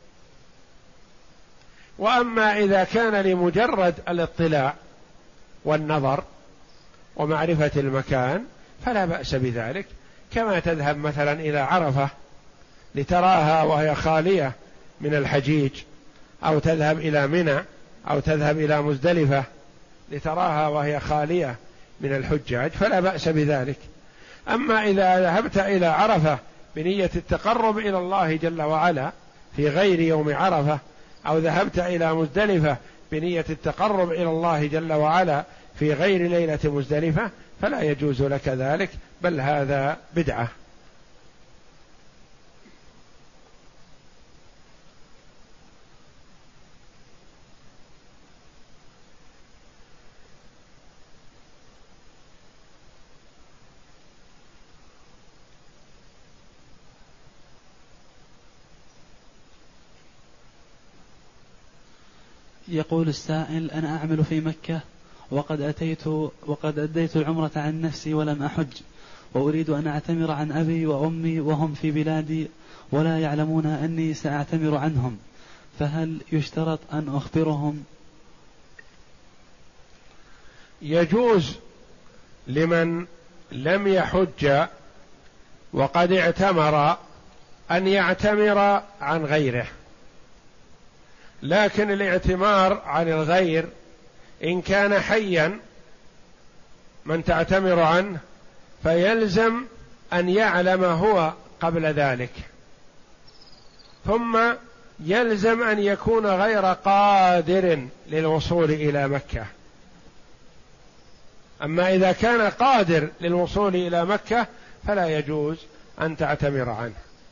وأما إذا كان لمجرد الاطلاع والنظر ومعرفة المكان فلا بأس بذلك، كما تذهب مثلا إلى عرفة لتراها وهي خالية من الحجيج، أو تذهب إلى منى أو تذهب إلى مزدلفة لتراها وهي خالية من الحجاج، فلا بأس بذلك. أما إذا ذهبت إلى عرفة بنية التقرب إلى الله جل وعلا في غير يوم عرفة، أو ذهبت إلى مزدلفة بنية التقرب إلى الله جل وعلا في غير ليلة مزدلفة، فلا يجوز لك ذلك، بل هذا بدعة. يقول السائل: أنا أعمل في مكة وقد أديت العمرة عن نفسي ولم أحج، وأريد أن أعتمر عن أبي وأمي وهم في بلادي ولا يعلمون أني سأعتمر عنهم، فهل يشترط أن أخبرهم؟ يجوز لمن لم يحج وقد اعتمر أن يعتمر عن غيره، لكن الاعتمار عن الغير إن كان حيا من تعتمر عنه فيلزم أن يعلم هو قبل ذلك، ثم يلزم أن يكون غير قادر للوصول إلى مكة. أما إذا كان قادر للوصول إلى مكة فلا يجوز أن تعتمر عنه.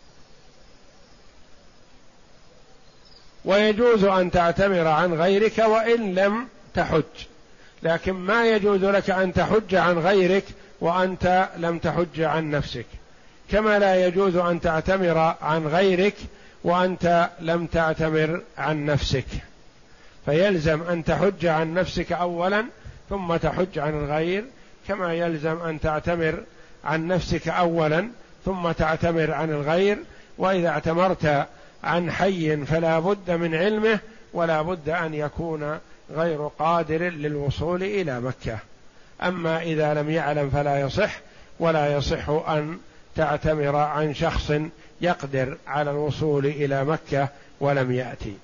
ويجوز أن تعتمر عن غيرك وإن لم تحج، لكن ما يجوز لك أن تحج عن غيرك وأنت لم تحج عن نفسك، كما لا يجوز أن تعتمر عن غيرك وأنت لم تعتمر عن نفسك، فيلزم أن تحج عن نفسك أولا ثم تحج عن الغير، كما يلزم أن تعتمر عن نفسك أولا ثم تعتمر عن الغير. وإذا اعتمرت عن حي فلا بد من علمه، ولا بد أن يكون غير قادر للوصول إلى مكة. أما إذا لم يعلم فلا يصح، ولا يصح أن تعتمر عن شخص يقدر على الوصول إلى مكة ولم يأتي.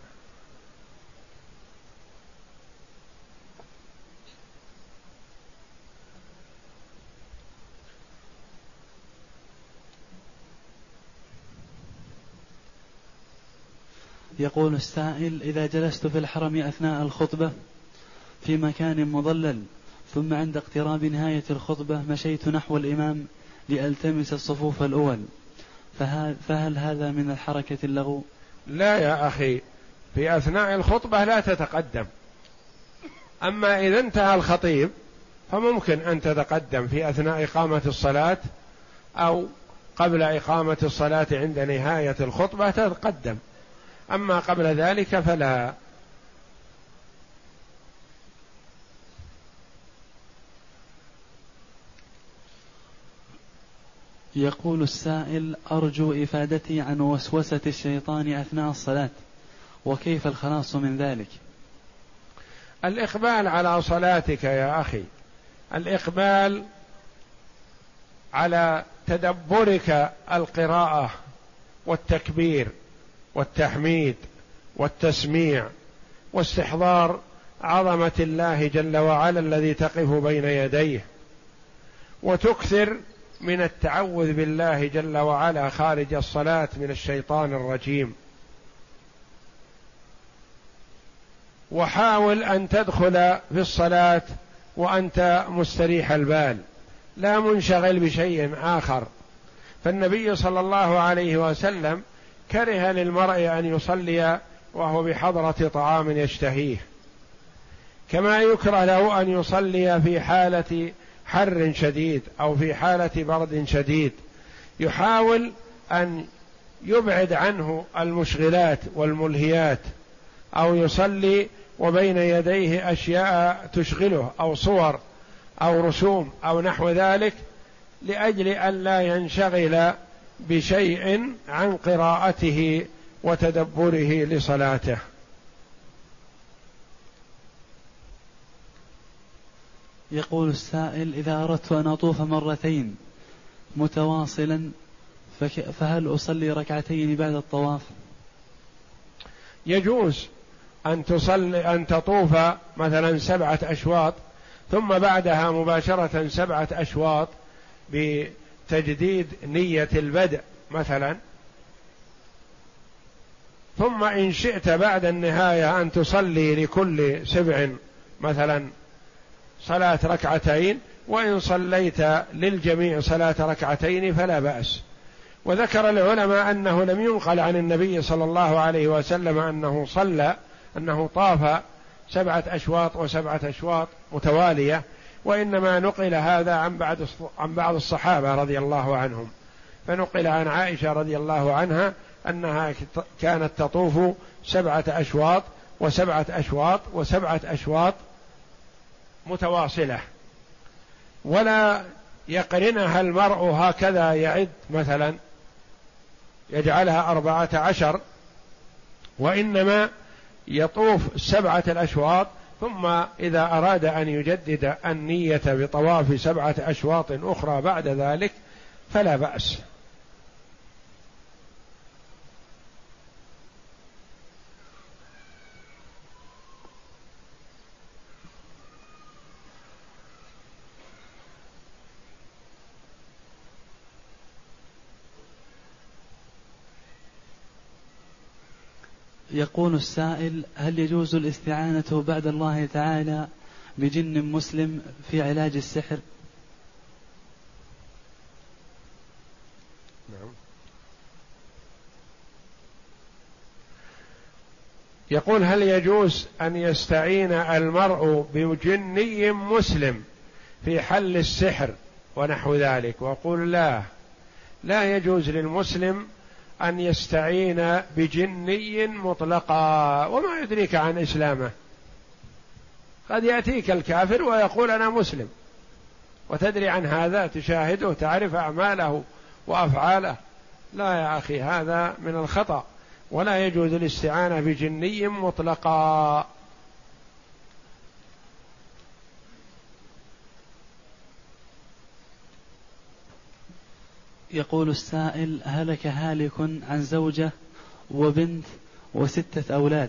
يقول السائل: إذا جلست في الحرم أثناء الخطبة في مكان مظلل، ثم عند اقتراب نهاية الخطبة مشيت نحو الإمام لألتمس الصفوف الأول، فهل هذا من الحركة اللغو؟ لا يا أخي، في أثناء الخطبة لا تتقدم، أما إذا انتهى الخطيب فممكن أن تتقدم في أثناء إقامة الصلاة أو قبل إقامة الصلاة عند نهاية الخطبة تتقدم، أما قبل ذلك فلا. يقول السائل: أرجو إفادتي عن وسوسة الشيطان أثناء الصلاة، وكيف الخلاص من ذلك؟ الإقبال على صلاتك يا أخي، الإقبال على تدبرك القراءة والتكبير والتحميد والتسميع واستحضار عظمة الله جل وعلا الذي تقف بين يديه، وتكثر من التعوذ بالله جل وعلا خارج الصلاة من الشيطان الرجيم، وحاول أن تدخل في الصلاة وأنت مستريح البال لا منشغل بشيء آخر. فالنبي صلى الله عليه وسلم كره للمرء أن يصلي وهو بحضرة طعام يشتهيه، كما يكره له أن يصلي في حالة حر شديد أو في حالة برد شديد. يحاول أن يبعد عنه المشغلات والملهيات، أو يصلي وبين يديه أشياء تشغله أو صور أو رسوم أو نحو ذلك، لأجل أن لا ينشغل بشيء عن قراءته وتدبره لصلاته. يقول السائل: إذا أردت أن أطوف مرتين متواصلا فهل أصلي ركعتين بعد الطواف؟ يجوز أن تطوف مثلا 7 أشواط ثم بعدها مباشرة 7 أشواط تجديد نية البدء مثلا، ثم إن شئت بعد النهاية أن تصلي لكل 7 مثلا صلاة ركعتين، وإن صليت للجميع صلاة ركعتين فلا بأس. وذكر العلماء أنه لم ينقل عن النبي صلى الله عليه وسلم أنه طاف 7 أشواط و7 أشواط متوالية، وإنما نقل هذا عن بعض الصحابة رضي الله عنهم، فنقل عن عائشة رضي الله عنها أنها كانت تطوف 7 أشواط و7 أشواط و7 أشواط متواصلة، ولا يقرنها المرء هكذا يعد مثلا يجعلها 14، وإنما يطوف 7 الأشواط، ثم إذا أراد أن يجدد النية بطواف 7 أشواط أخرى بعد ذلك فلا بأس. يقول السائل: هل يجوز الاستعانة بعد الله تعالى بجن مسلم في علاج السحر؟ نعم. يقول: هل يجوز أن يستعين المرء بجني مسلم في حل السحر ونحو ذلك؟ وأقول لا يجوز للمسلم أن يستعين بجني مطلقا، وما يدريك عن إسلامه؟ قد يأتيك الكافر ويقول أنا مسلم، وتدري عن هذا، تشاهده، تعرف أعماله وأفعاله. لا يا أخي، هذا من الخطأ، ولا يجوز الاستعانة بجني مطلقا. يقول السائل: هلك هالك عن زوجة وبنت و6 أولاد.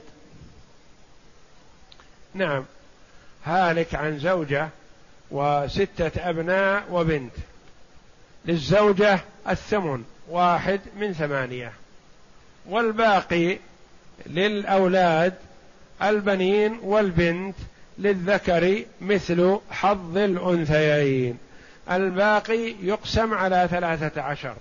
نعم، هالك عن زوجة و6 أبناء وبنت. للزوجة 8، 1 من 8، والباقي للأولاد البنين والبنت، للذكر مثل حظ الأنثيين. الباقي يقسم على 13،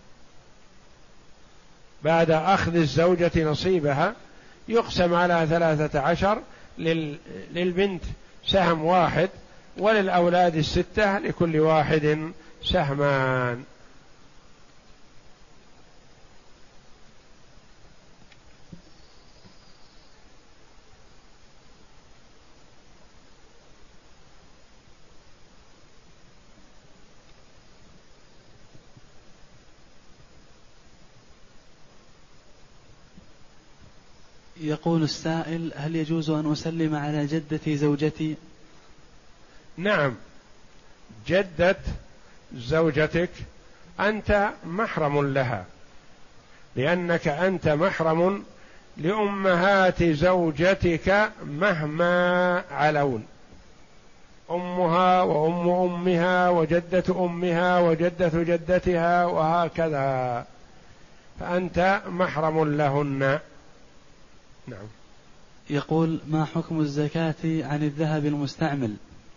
بعد أخذ الزوجة نصيبها يقسم على 13، للبنت سهم 1، وللأولاد 6، لكل واحد سهمان. يقول السائل: هل يجوز أن أسلم على جدة زوجتي؟ نعم، جدة زوجتك أنت محرم لها، لأنك أنت محرم لأمهات زوجتك مهما علون، أمها وأم أمها وجدة أمها وجدة جدتها وهكذا، فأنت محرم لهن. نعم. يقول: ما حكم الزكاة عن الذهب المستعمل؟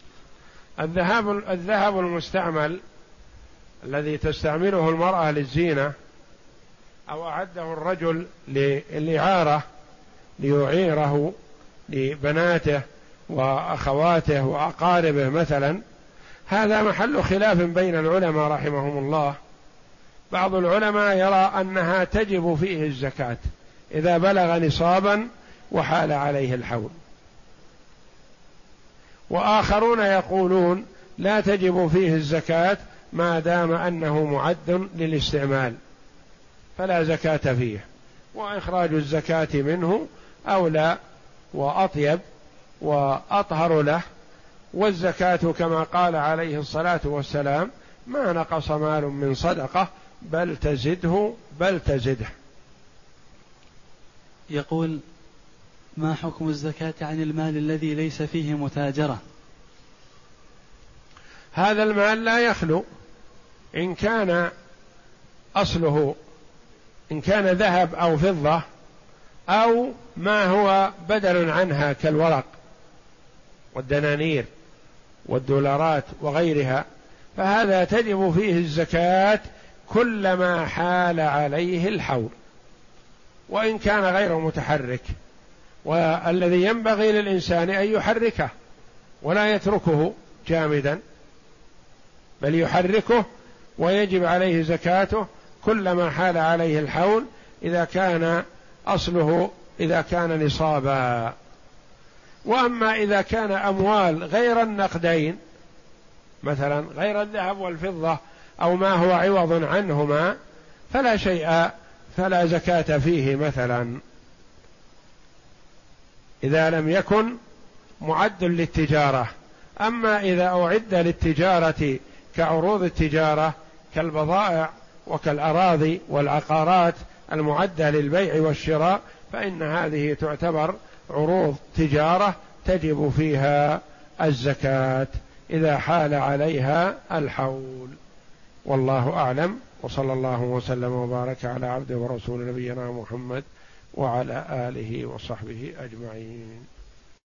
الذهب المستعمل الذي تستعمله المرأة للزينة، أو أعده الرجل للإعارة ليعيره لبناته وأخواته وأقاربه مثلا، هذا محل خلاف بين العلماء رحمهم الله. بعض العلماء يرى أنها تجب فيه الزكاة إذا بلغ نصابا وحال عليه الحول، وآخرون يقولون لا تجب فيه الزكاة ما دام أنه معد للاستعمال فلا زكاة فيه، وإخراج الزكاة منه أولى وأطيب وأطهر له. والزكاة كما قال عليه الصلاة والسلام: ما نقص مال من صدقة بل تزده. يقول: ما حكم الزكاة عن المال الذي ليس فيه متاجرة؟ هذا المال لا يخلو، إن كان أصله إن كان ذهب أو فضة أو ما هو بدل عنها كالورق والدنانير والدولارات وغيرها، فهذا تجب فيه الزكاة كلما حال عليه الحول وإن كان غير متحرك. والذي ينبغي للإنسان أن يحركه ولا يتركه جامدا، بل يحركه، ويجب عليه زكاته كلما حال عليه الحول إذا كان أصله إذا كان نصابا. وأما إذا كان أموال غير النقدين، مثلا غير الذهب والفضة أو ما هو عوض عنهما، فلا شيء، فلا زكاة فيه مثلا إذا لم يكن معد للتجارة. أما إذا أعد للتجارة كعروض التجارة كالبضائع وكالأراضي والعقارات المعدة للبيع والشراء، فإن هذه تعتبر عروض تجارة تجب فيها الزكاة إذا حال عليها الحول. والله أعلم، وصلى الله وسلم وبارك على عبده ورسول نبينا محمد وعلى آله وصحبه أجمعين.